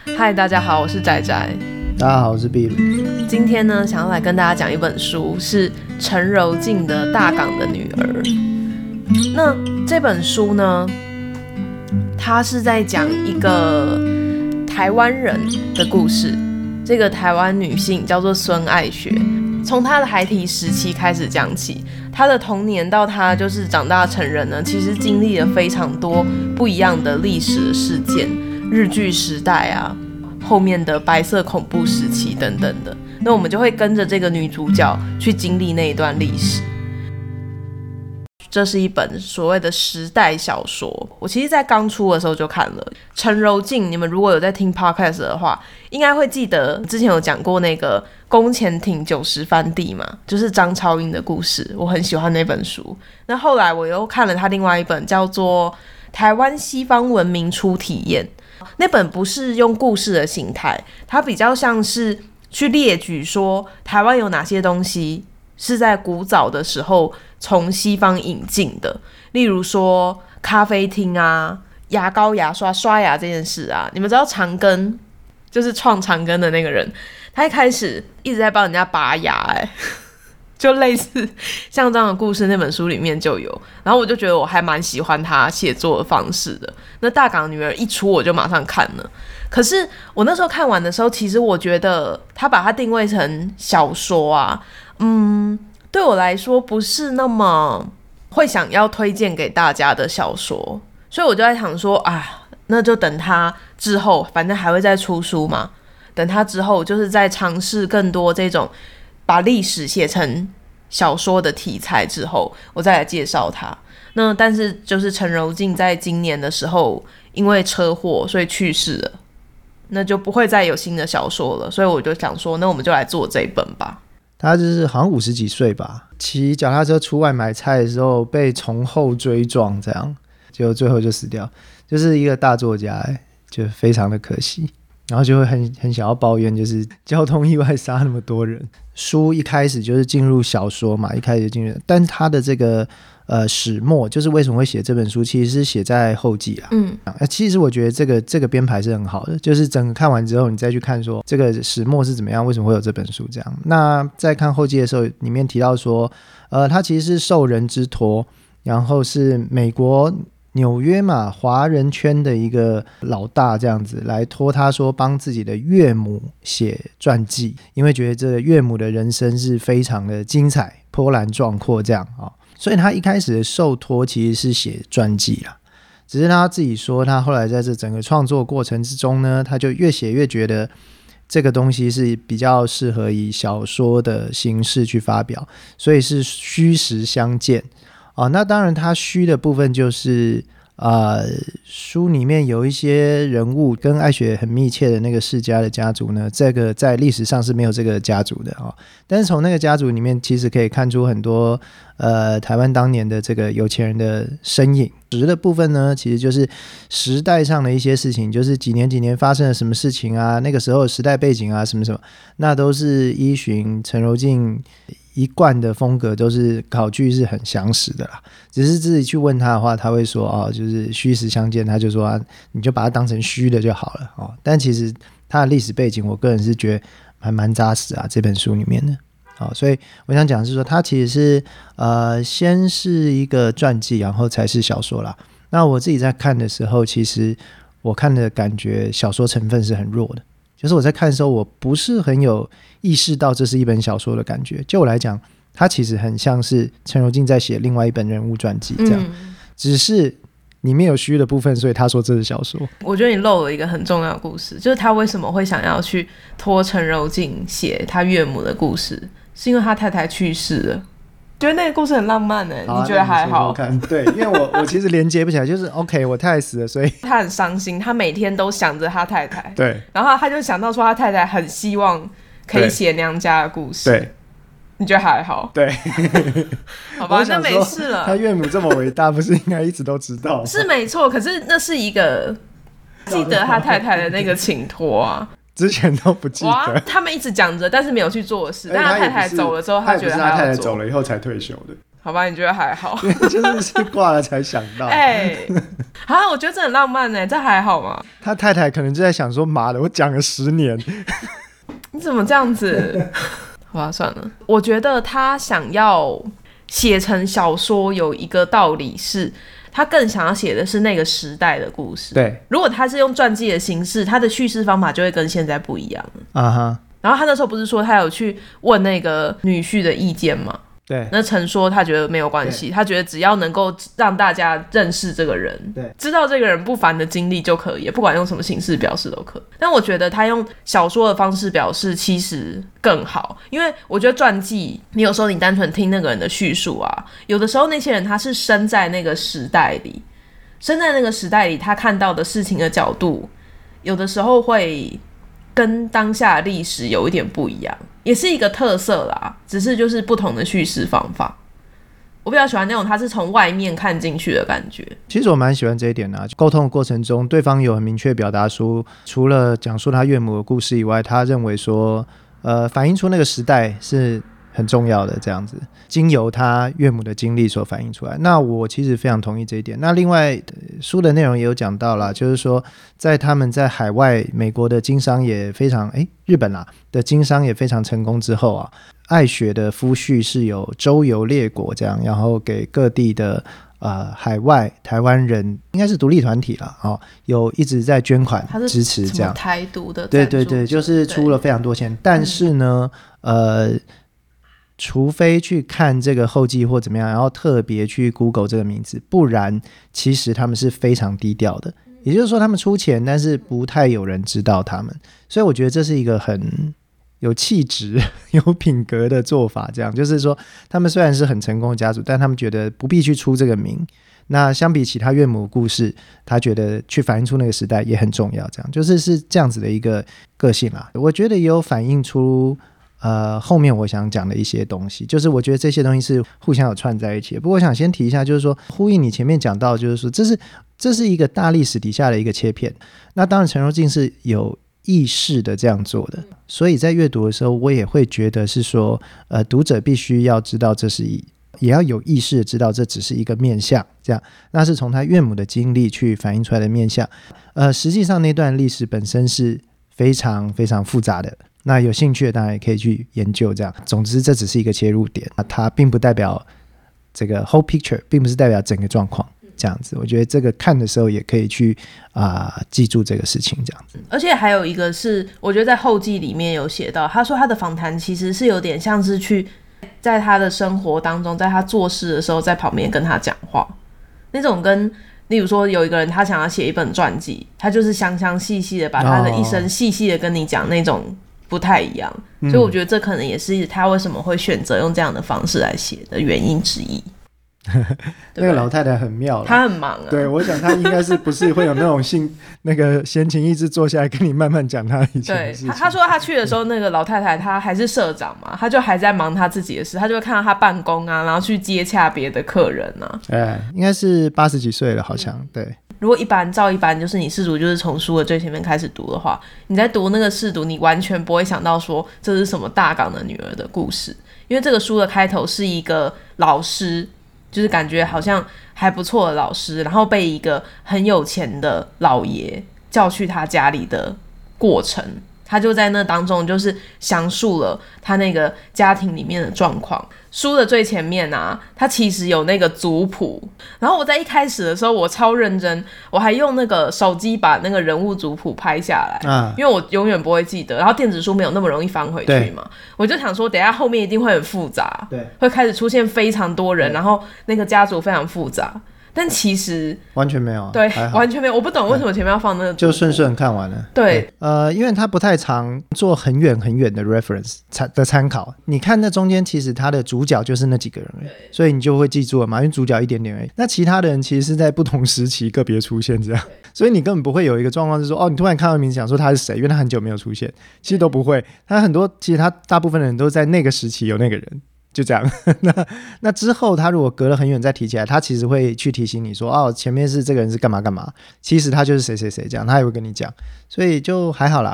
嗨，大家好，我是仔仔。 大家好，我是碧如。 今天呢，想要来跟大家讲一本书，是陈柔縉的《大港的女儿》。那这本书呢，它是在讲一个台湾人的故事。这个台湾女性叫做孙爱雪，从她的孩提时期开始讲起，她的童年到她就是长大成人呢，其实经历了非常多不一样的历史事件，日据时代啊，后面的白色恐怖时期等等的。那我们就会跟着这个女主角去经历那一段历史。这是一本所谓的时代小说，我其实在刚出的时候就看了。陈柔縉，你们如果有在听 podcast 的话，应该会记得之前有讲过那个宫前町90番地嘛，就是张超英的故事，我很喜欢那本书。那后来我又看了他另外一本叫做《台湾西方文明初体验》，那本不是用故事的形态，它比较像是去列举说台湾有哪些东西是在古早的时候从西方引进的，例如说咖啡厅啊、牙膏、牙刷、刷牙这件事啊。你们知道长庚就是创长庚的那个人，他一开始一直在帮人家拔牙，就类似像这样的故事，那本书里面就有。然后我就觉得我还蛮喜欢他写作的方式的。那大港女儿一出我就马上看了，可是我那时候看完的时候，其实我觉得他把它定位成小说啊，对我来说不是那么会想要推荐给大家的小说，所以我就在想说那就等他之后，反正还会再出书嘛，等他之后就是再尝试更多这种把历史写成小说的题材之后，我再来介绍他。那但是就是陈柔縉在今年的时候因为车祸所以去世了，那就不会再有新的小说了，所以我就想说那我们就来做这一本吧。 他就是好像50几岁吧，骑脚踏车出外买菜的时候被从后追撞，这样结果最后就死掉，就是一个大作家，就非常的可惜。然后就会很想要抱怨，就是交通意外杀那么多人。书一开始就是进入小说嘛，一开始就进入，但是他的这个始末，就是为什么会写这本书，其实是写在后记啦。其实我觉得这个编排是很好的，就是整个看完之后，你再去看说这个始末是怎么样，为什么会有这本书这样。那在看后记的时候，里面提到说，他其实是受人之托，然后是美国纽约嘛，华人圈的一个老大这样子来托他说帮自己的岳母写传记，因为觉得这个岳母的人生是非常的精彩、波澜壮阔这样所以他一开始的受托其实是写传记啦，只是他自己说他后来在这整个创作过程之中呢，他就越写越觉得这个东西是比较适合以小说的形式去发表，所以是虚实相间那当然他虚的部分就是书里面有一些人物跟爱雪很密切的那个世家的家族呢，这个在历史上是没有这个家族的但是从那个家族里面其实可以看出很多台湾当年的这个有钱人的身影。实的部分呢，其实就是时代上的一些事情，就是几年发生了什么事情啊，那个时候的时代背景啊什么什么，那都是依循陈柔縉一贯的风格，都是考据是很详实的啦。只是自己去问他的话，他会说就是虚实相间，他就说你就把它当成虚的就好了但其实他的历史背景，我个人是觉得还蛮扎实这本书里面的所以我想讲的是说，它其实是先是一个传记，然后才是小说啦。那我自己在看的时候，其实我看的感觉小说成分是很弱的，就是我在看的时候，我不是很有意识到这是一本小说的感觉。就我来讲，它其实很像是陈柔縉在写另外一本人物传记这样，只是里面有虚的部分，所以他说这是小说。我觉得你漏了一个很重要的故事，就是他为什么会想要去托陈柔縉写他岳母的故事，是因为他太太去世了。觉得那个故事很浪漫你觉得还好？ 对，因为我其实连接不起来，就是 OK 我太太死了，所以他很伤心，他每天都想着他太太。 对， 然后他就想到说他太太很希望可以写娘家的故事。 对， 你觉得还好？ 对， 好吧，那没事了。 他岳母这么伟大，不是应该一直都知道？ 是没错，可是那是一个记得他太太的那个请托之前都不记得， 他们一直讲着，但是没有去做的事。但他太太走了之后，他觉得他也不是他太太走了以后才退休的。 好吧，你觉得还好？ 就是挂了才想到。 我觉得这很浪漫这还好吗？ 他太太可能就在想说，妈的，我讲了10年， 你怎么这样子？好吧，算了。我觉得他想要写成小说有一个道理是，他更想要写的是那个时代的故事。 对， 如果他是用传记的形式，他的叙事方法就会跟现在不一样啊哈。 然后他那时候不是说他有去问那个女婿的意见吗？ 对， 那陈说他觉得没有关系，他觉得只要能够让大家认识这个人，对，知道这个人不凡的经历就可以，不管用什么形式表示都可以。但我觉得他用小说的方式表示其实更好，因为我觉得传记你有时候你单纯听那个人的叙述啊，有的时候那些人他是生在那个时代里，他看到的事情的角度有的时候会跟当下的历史有一点不一样，也是一个特色啦，只是就是不同的叙事方法。我比较喜欢那种他是从外面看进去的感觉。 其实我蛮喜欢这一点的沟通的过程中，对方有很明确表达出，除了讲述他岳母的故事以外，他认为说反映出那个时代是很重要的，这样子经由他岳母的经历所反映出来。那我其实非常同意这一点。那另外书的内容也有讲到啦，就是说在他们在海外美国的经商也非常日本啦的经商也非常成功之后啊，爱雪的夫婿是有周游列国这样，然后给各地的海外台湾人应该是独立团体啦有一直在捐款支持这样。 台独的对对对，就是出了非常多钱。但是呢除非去看这个后记或怎么样，然后特别去 Google 这个名字，不然其实他们是非常低调的。也就是说他们出钱，但是不太有人知道他们。所以我觉得这是一个很有气质有品格的做法，这样就是说他们虽然是很成功的家族，但他们觉得不必去出这个名。那相比其他岳母的故事，他觉得去反映出那个时代也很重要，这样是这样子的一个个性啦。我觉得也有反映出后面我想讲的一些东西，就是我觉得这些东西是互相有串在一起的。不过我想先提一下，就是说呼应你前面讲到，就是说这是一个大历史底下的一个切片。那当然陈柔縉是有意识的这样做的，所以在阅读的时候我也会觉得是说读者必须要知道这是也要有意识的知道这只是一个面向，这样那是从他岳母的经历去反映出来的面向。实际上那段历史本身是非常非常复杂的，那有兴趣的当然也可以去研究这样。总之这只是一个切入点，它并不代表这个 whole picture， 并不是代表整个状况这样子。我觉得这个看的时候也可以去记住这个事情这样子。 而且还有一个是我觉得在后记里面有写到，他说他的访谈其实是有点像是去在他的生活当中，在他做事的时候在旁边跟他讲话，那种跟例如说有一个人他想要写一本传记，他就是详详细细的把他的一生细细的跟你讲，那种不太一样。所以我觉得这可能也是他为什么会选择用这样的方式来写的原因之一。 那个老太太很妙， 她很忙对，我想她应该是不是会有那种那个闲情逸致坐下来跟你慢慢讲她以前的事情。 对，她说她去的时候，那个老太太她还是社长嘛，她就还在忙她自己的事，她就会看到她办公啊，然后去接洽别的客人啊。 应该是80几岁了好像。对， 如果照一般就是你试读就是从书的最前面开始读的话，你在读那个试读你完全不会想到说这是什么大港的女儿的故事，因为这个书的开头是一个老师，就是感觉好像还不错的老师，然后被一个很有钱的老爷叫去他家里的过程，他就在那当中就是详述了他那个家庭里面的状况。书的最前面啊，他其实有那个族谱，然后我在一开始的时候我超认真，我还用那个手机把那个人物族谱拍下来，因为我永远不会记得，然后电子书没有那么容易翻回去嘛，我就想说等一下后面一定会很复杂，对，会开始出现非常多人，然后那个家族非常复杂，但其实完全没有， 对，完全没有。我不懂为什么前面要放那个， 就顺顺看完了。 对， 因为他不太常做很远很远的 reference 的参考。你看那中间，其实他的主角就是那几个人，所以你就会记住了嘛，因为主角一点点而已。那其他的人其实是在不同时期个别出现这样，所以你根本不会有一个状况是说，你突然看到名字想说他是谁，因为他很久没有出现，其实都不会。他很多，其实他大部分的人都在那个时期有那个人。就这样那之后他如果隔了很远再提起来，他其实会去提醒你说前面是这个人是干嘛干嘛，其实他就是谁谁谁这样，他也会跟你讲，所以就还好啦。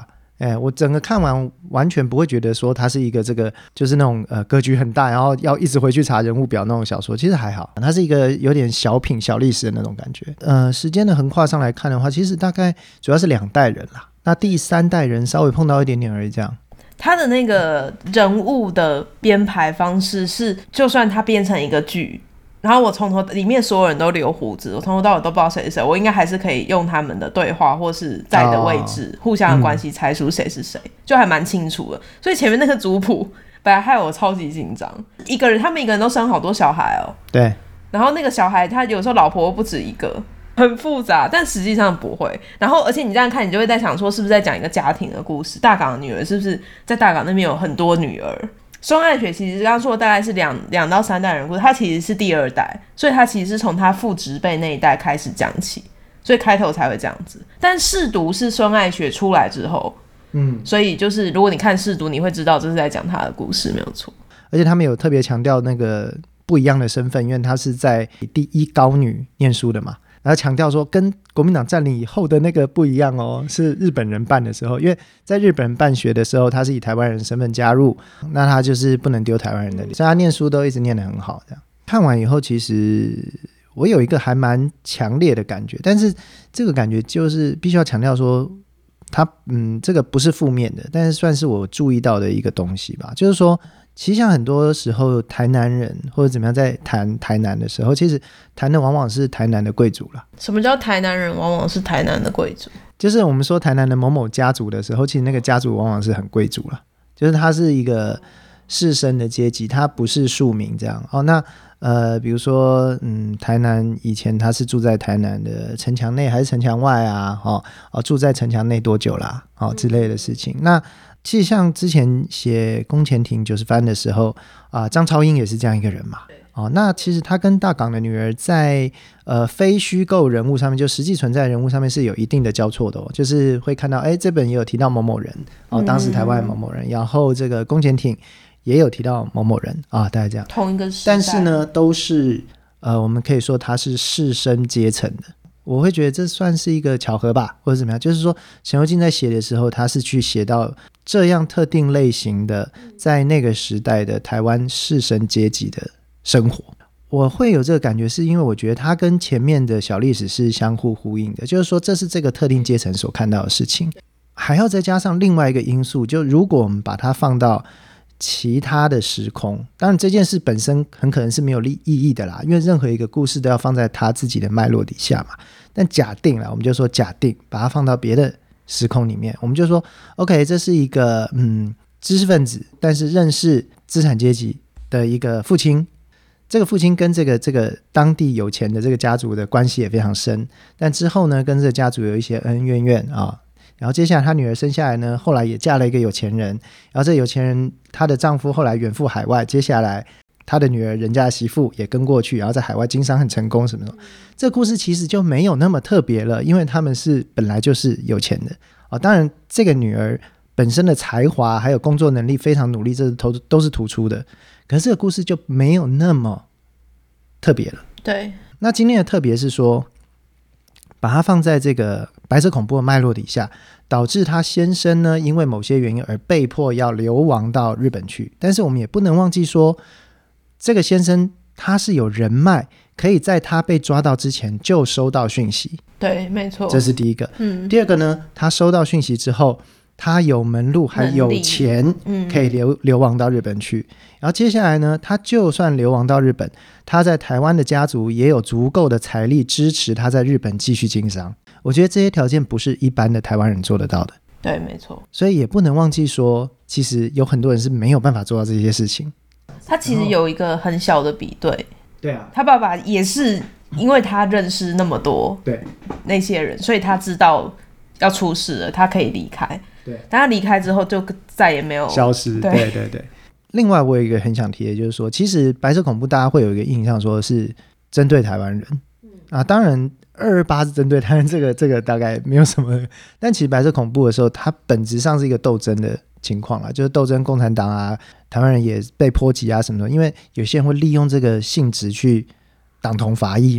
我整个看完完全不会觉得说它是一个这个就是那种格局很大，然后要一直回去查人物表那种小说，其实还好，它是一个有点小品小历史的那种感觉。时间的横跨上来看的话，其实大概主要是2代人啦，那第3代人稍微碰到一点点而已这样。 他的那个人物的编排方式是，就算他编成一个剧，然后我从头里面所有人都留胡子，我从头到尾都不知道谁是谁，我应该还是可以用他们的对话或是在的位置、互相的关系猜出谁是谁，就还蛮清楚的。所以前面那个族谱本来害我超级紧张，他们一个人都生好多小孩哦。 对， 然后那个小孩他有时候老婆不止一个，很复杂，但实际上不会。然后而且你这样看，你就会在想说是不是在讲一个家庭的故事，大港的女儿是不是在大港那边有很多女儿。松爱雪其实刚刚说的大概是2到3代人故事，他其实是第2代，所以他其实是从他父执辈那一代开始讲起，所以开头才会这样子。但试读是松爱雪出来之后，所以就是如果你看试读，你会知道这是在讲他的故事，没有错。 而且他们有特别强调那个不一样的身份，因为他是在第1高女念书的嘛，然后强调说跟国民党占领以后的那个不一样哦，是日本人办的时候，因为在日本人办学的时候他是以台湾人身份加入，那他就是不能丢台湾人的脸，所以他念书都一直念得很好这样。看完以后其实我有一个还蛮强烈的感觉，但是这个感觉就是必须要强调说他这个不是负面的，但是算是我注意到的一个东西吧，就是说其实像很多时候台南人或者怎么样在谈台南的时候，其实谈的往往是台南的贵族啦。 什么叫台南人往往是台南的贵族？ 就是我们说台南的某某家族的时候，其实那个家族往往是很贵族啦，就是他是一个士绅的阶级，他不是庶民这样。那比如说台南以前他是住在台南的城墙内还是城墙外啊？住在城墙内多久啦？之类的事情。那其实像之前写宫前町90番的时候张超英也是这样一个人嘛。那其实他跟大港的女儿在非虚构人物上面，就实际存在人物上面是有一定的交错的就是会看到这本也有提到某某人当时台湾的某某人，然后这个宫前町也有提到某某人大概这样同一个时代， 但是呢都是我们可以说他是士绅阶层的。我会觉得这算是一个巧合吧，或者怎么样，就是说陈由敬在写的时候他是去写到这样特定类型的在那个时代的台湾士绅阶级的生活。我会有这个感觉是因为我觉得它跟前面的小历史是相互呼应的，就是说这是这个特定阶层所看到的事情，还要再加上另外一个因素，就如果我们把它放到其他的时空，当然这件事本身很可能是没有意义的啦，因为任何一个故事都要放在他自己的脉络底下嘛。但假定啦，我们就说假定把它放到别的时空里面，我们就说 OK 这是一个知识分子，但是认识资产阶级的一个父亲，这个父亲跟这个当地有钱的这个家族的关系也非常深，但之后呢跟这个家族有一些恩恩怨怨然后接下来他女儿生下来呢，后来也嫁了一个有钱人，然后这有钱人她的丈夫后来远赴海外，接下来他的女儿人家的媳妇也跟过去，然后在海外经商很成功什么的。这个故事其实就没有那么特别了，因为他们是本来就是有钱的当然这个女儿本身的才华还有工作能力非常努力，这都是突出的，可是这个故事就没有那么特别了。 对， 那今天的特别是说把它放在这个白色恐怖的脉络底下，导致他先生呢因为某些原因而被迫要流亡到日本去，但是我们也不能忘记说这个先生他是有人脉，可以在他被抓到之前就收到讯息。 对，没错， 这是第一个。第二个呢，他收到讯息之后他有门路还有钱可以流亡到日本去，然后接下来呢他就算流亡到日本，他在台湾的家族也有足够的财力支持他在日本继续经商。我觉得这些条件不是一般的台湾人做得到的。 对，没错。 所以也不能忘记说其实有很多人是没有办法做到这些事情。 他其实有一个很小的比对， 对啊， 他爸爸也是因为他认识那么多那些人，所以他知道要出事了，他可以离开。 对， 但他离开之后就再也没有消失。对对对。另外我有一个很想提的就是说，其实白色恐怖大家会有一个印象说是针对台湾人当然228是针对台湾，这个大概没有什么，但其实白色恐怖的时候它本质上是一个斗争的情况啦，就是斗争共产党台湾人也被波及什么的，因为有些人会利用这个性质去党同伐异嘛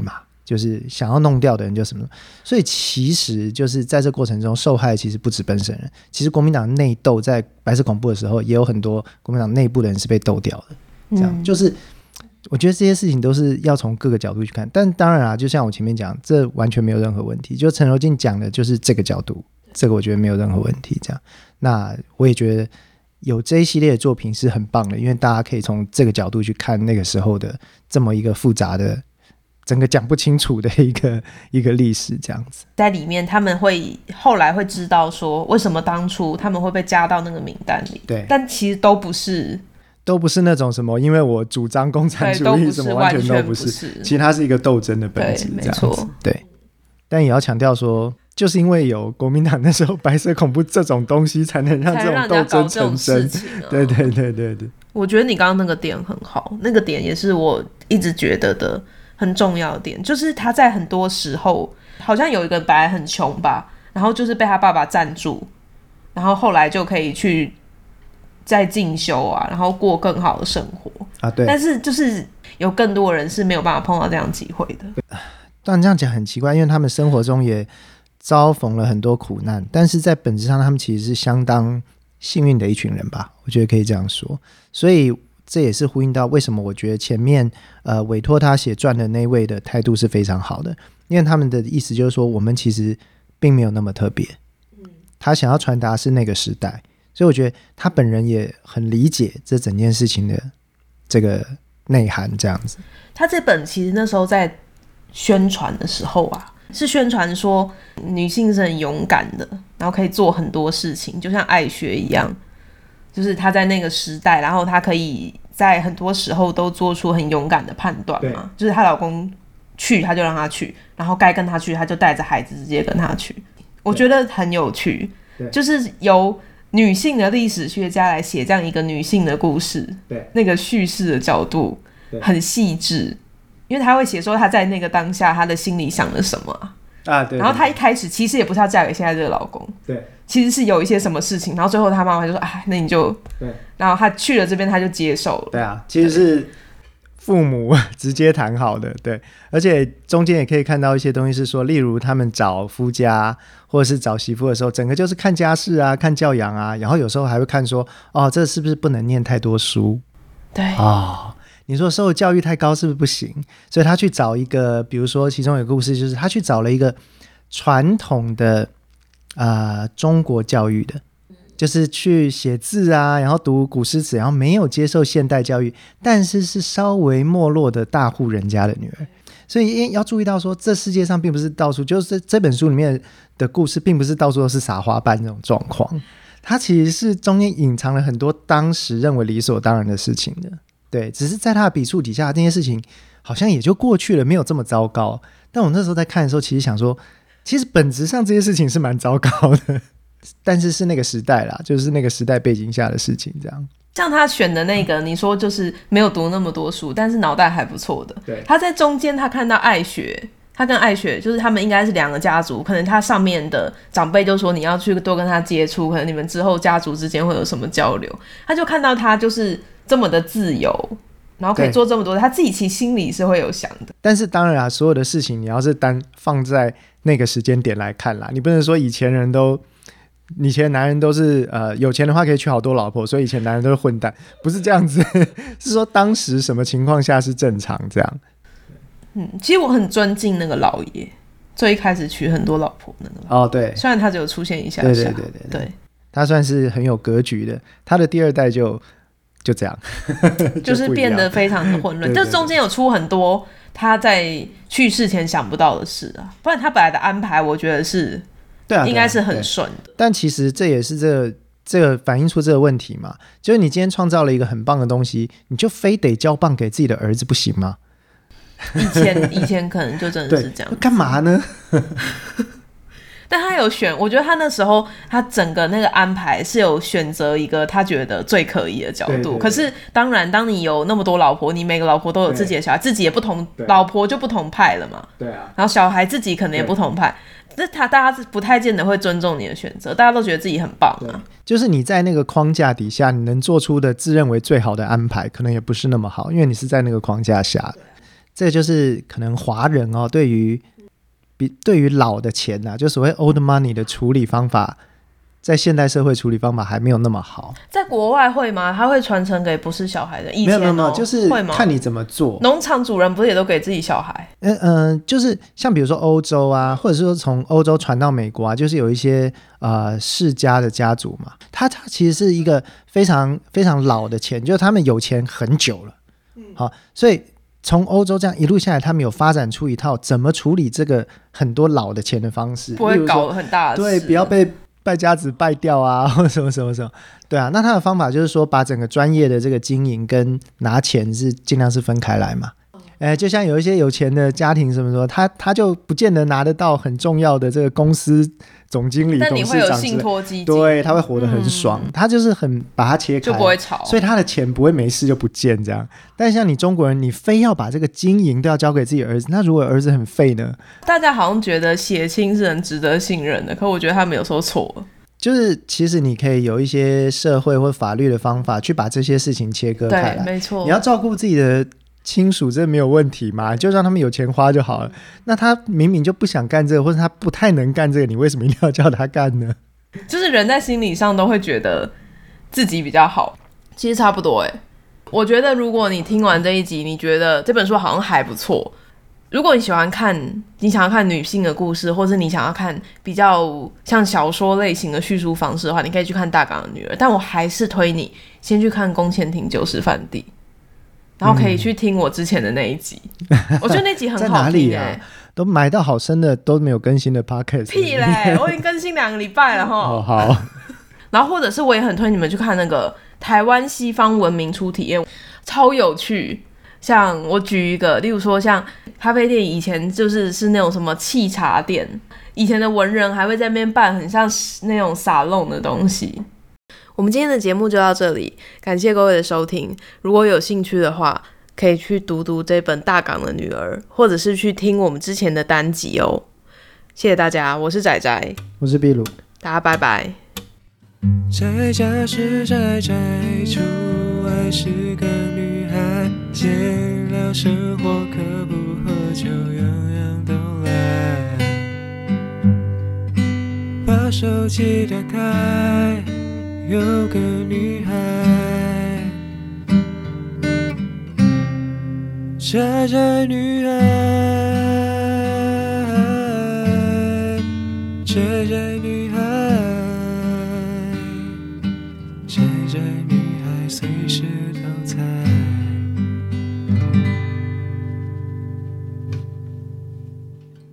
就是想要弄掉的人就什么，所以其实就是在这过程中受害其实不止本省人，其实国民党内斗在白色恐怖的时候也有很多国民党内部的人是被斗掉的，这样、就是我觉得这些事情都是要从各个角度去看，但当然啊，就像我前面讲，这完全没有任何问题，就陈柔縉讲的就是这个角度，这个我觉得没有任何问题，这样。那我也觉得有这一系列的作品是很棒的，因为大家可以从这个角度去看那个时候的这么一个复杂的整个讲不清楚的一个历史，这样子。 在里面他们后来会知道说为什么当初他们会被加到那个名单里， 对， 但其实都不是那种什么因为我主张共产主义什么，完全都不是，其实它是一个斗争的本质，这样子。对，但也要强调说，就是因为有国民党那时候白色恐怖这种东西，才能让这种斗争成真。对对对对对， 我觉得你刚刚那个点很好，那个点也是我一直觉得的很重要的点，就是他在很多时候好像有一个本来很穷吧，然后就是被他爸爸赞助，然后后来就可以去再进修啊，然后过更好的生活啊。对， 但是就是有更多人是没有办法碰到这样的机会的。 但这样讲很奇怪，因为他们生活中也遭逢了很多苦难，但是在本质上他们其实是相当幸运的一群人吧，我觉得可以这样说。所以这也是呼应到为什么我觉得前面委托他写传的那位的态度是非常好的，因为他们的意思就是说我们其实并没有那么特别，他想要传达是那个时代，所以我觉得他本人也很理解这整件事情的这个内涵，这样子。 他这本其实那时候在宣传的时候啊，是宣传说女性是很勇敢的，然后可以做很多事情，就像爱学一样，就是她在那个时代，然后她可以在很多时候都做出很勇敢的判断嘛，就是她老公去她就让她去，然后该跟她去她就带着孩子直接跟她去，我觉得很有趣，就是由女性的历史学家来写这样一个女性的故事，对，那个叙事的角度很细致，因为他会写说他在那个当下他的心里想了什么啊，对，然后他一开始其实也不是要嫁给现在这个老公，对，其实是有一些什么事情，然后最后他妈妈就说哎，那你就对，然后他去了这边他就接受了， 对啊，其实是父母直接谈好的，对，而且中间也可以看到一些东西是说，例如他们找夫家或者是找媳妇的时候，整个就是看家世啊，看教养啊，然后有时候还会看说哦，这是不是不能念太多书， 对哦，你说受教育太高是不是不行？所以他去找一个，比如说其中有个故事，就是他去找了一个传统的中国教育的，就是去写字啊，然后读古诗词，然后没有接受现代教育，但是是稍微没落的大户人家的女儿。所以要注意到说，这世界上并不是到处，就是这本书里面的故事并不是到处都是撒花瓣那种状况，它其实是中间隐藏了很多当时认为理所当然的事情的。对，只是在他的笔触底下，那些事情好像也就过去了，没有这么糟糕。但我那时候在看的时候，其实想说，其实本质上这些事情是蛮糟糕的，但是是那个时代啦，就是那个时代背景下的事情，这样。 像他选的那个，你说就是没有读那么多书，但是脑袋还不错的。对，他在中间他看到爱学，他跟爱学就是他们应该是两个家族，可能他上面的长辈就说你要去多跟他接触，可能你们之后家族之间会有什么交流。他就看到他就是这么的自由，然后可以做这么多，他自己其实心里是会有想的。 但是当然啊，所有的事情你要是单放在那个时间点来看啦，你不能说以前男人都是有钱的话可以娶好多老婆，所以以前男人都是混蛋，不是这样子是说当时什么情况下是正常这样。 其实我很尊敬那个老爷，最一开始娶很多老婆那个老爷。对，虽然他只有出现一下下，对， 他算是很有格局的，他的第二代就这样就是变得非常的混乱，这中间有出很多他在去世前想不到的事啊，不然他本来的安排我觉得是应该是很顺的。 但其实这也是这个反映出这个问题嘛，就是你今天创造了一个很棒的东西，你就非得交棒给自己的儿子不行吗？ 以前可能就真的是这样， 干嘛呢？ 但他有选，我觉得他那时候他整个那个安排是有选择一个他觉得最可以的角度。对，可是当然当你有那么多老婆，你每个老婆都有自己的小孩，自己也不同，老婆就不同派了嘛。对啊，然后小孩自己可能也不同派，这大家不太见得会尊重你的选择，大家都觉得自己很棒啊。 就是你在那个框架底下，你能做出的自认为最好的安排可能也不是那么好，因为你是在那个框架下的。 这个就是可能华人哦，对于老的钱啊，就所谓 old money 的处理方法，在现代社会处理方法还没有那么好。 在国外会吗？他会传承给不是小孩的？以前没有，就是看你怎么做。 农场主人不是也都给自己小孩？ 就是像比如说欧洲啊，或者是说从欧洲传到美国啊，就是有一些世家的家族嘛，他其实是一个非常非常老的钱，就是他们有钱很久了。好，所以从欧洲这样一路下来，他们有发展出一套怎么处理这个很多老的钱的方式， 不会搞很大的事， 对，不要被败家子败掉啊，或什么什么什么，对啊。那他的方法就是说，把整个专业的这个经营跟拿钱是尽量是分开来嘛。就像有一些有钱的家庭什么说，他就不见得拿得到很重要的这个公司总经理、董事长之类， 但你会有信托基金， 对，他会活得很爽，他就是很把它切开， 就不会吵， 所以他的钱不会没事就不见这样。但像你中国人，你非要把这个经营都要交给自己儿子，那如果儿子很废呢？ 大家好像觉得血亲是很值得信任的，可我觉得他们有时候错了。 就是其实你可以有一些社会或法律的方法去把这些事情切割开来， 对，没错。 你要照顾自己的亲属，这没有问题嘛，就让他们有钱花就好了。那他明明就不想干这个，或者他不太能干这个，你为什么一定要叫他干呢？ 就是人在心理上都会觉得自己比较好，其实差不多我觉得如果你听完这一集，你觉得这本书好像还不错，如果你想要看女性的故事，或是你想要看比较像小说类型的叙述方式的话，你可以去看《大港的女儿》，但我还是推你先去看《宫前町旧时饭地》，然后可以去听我之前的那一集，我觉得那集很好听在哪里啊？都埋到好深的都没有更新的 podcast。 屁嘞，我已经更新2个礼拜了齁。 好。 然后或者是我也很推你们去看那个台湾西方文明初体验，超有趣。像我举一个，例如说像咖啡店以前是那种什么沏茶店，以前的文人还会在那边办很像那种沙龙的东西。我们今天的节目就到这里，感谢各位的收听。如果有兴趣的话，可以去读这本《大港的女儿》，或者是去听我们之前的单集哦。谢谢大家，我是仔仔， 我是秘鲁， 大家拜拜。 在家是仔仔，出外是个女孩，闲聊生活可不喝酒，样样都来。把手机打开，有个女孩，仔仔女孩，仔仔女孩，仔仔女孩。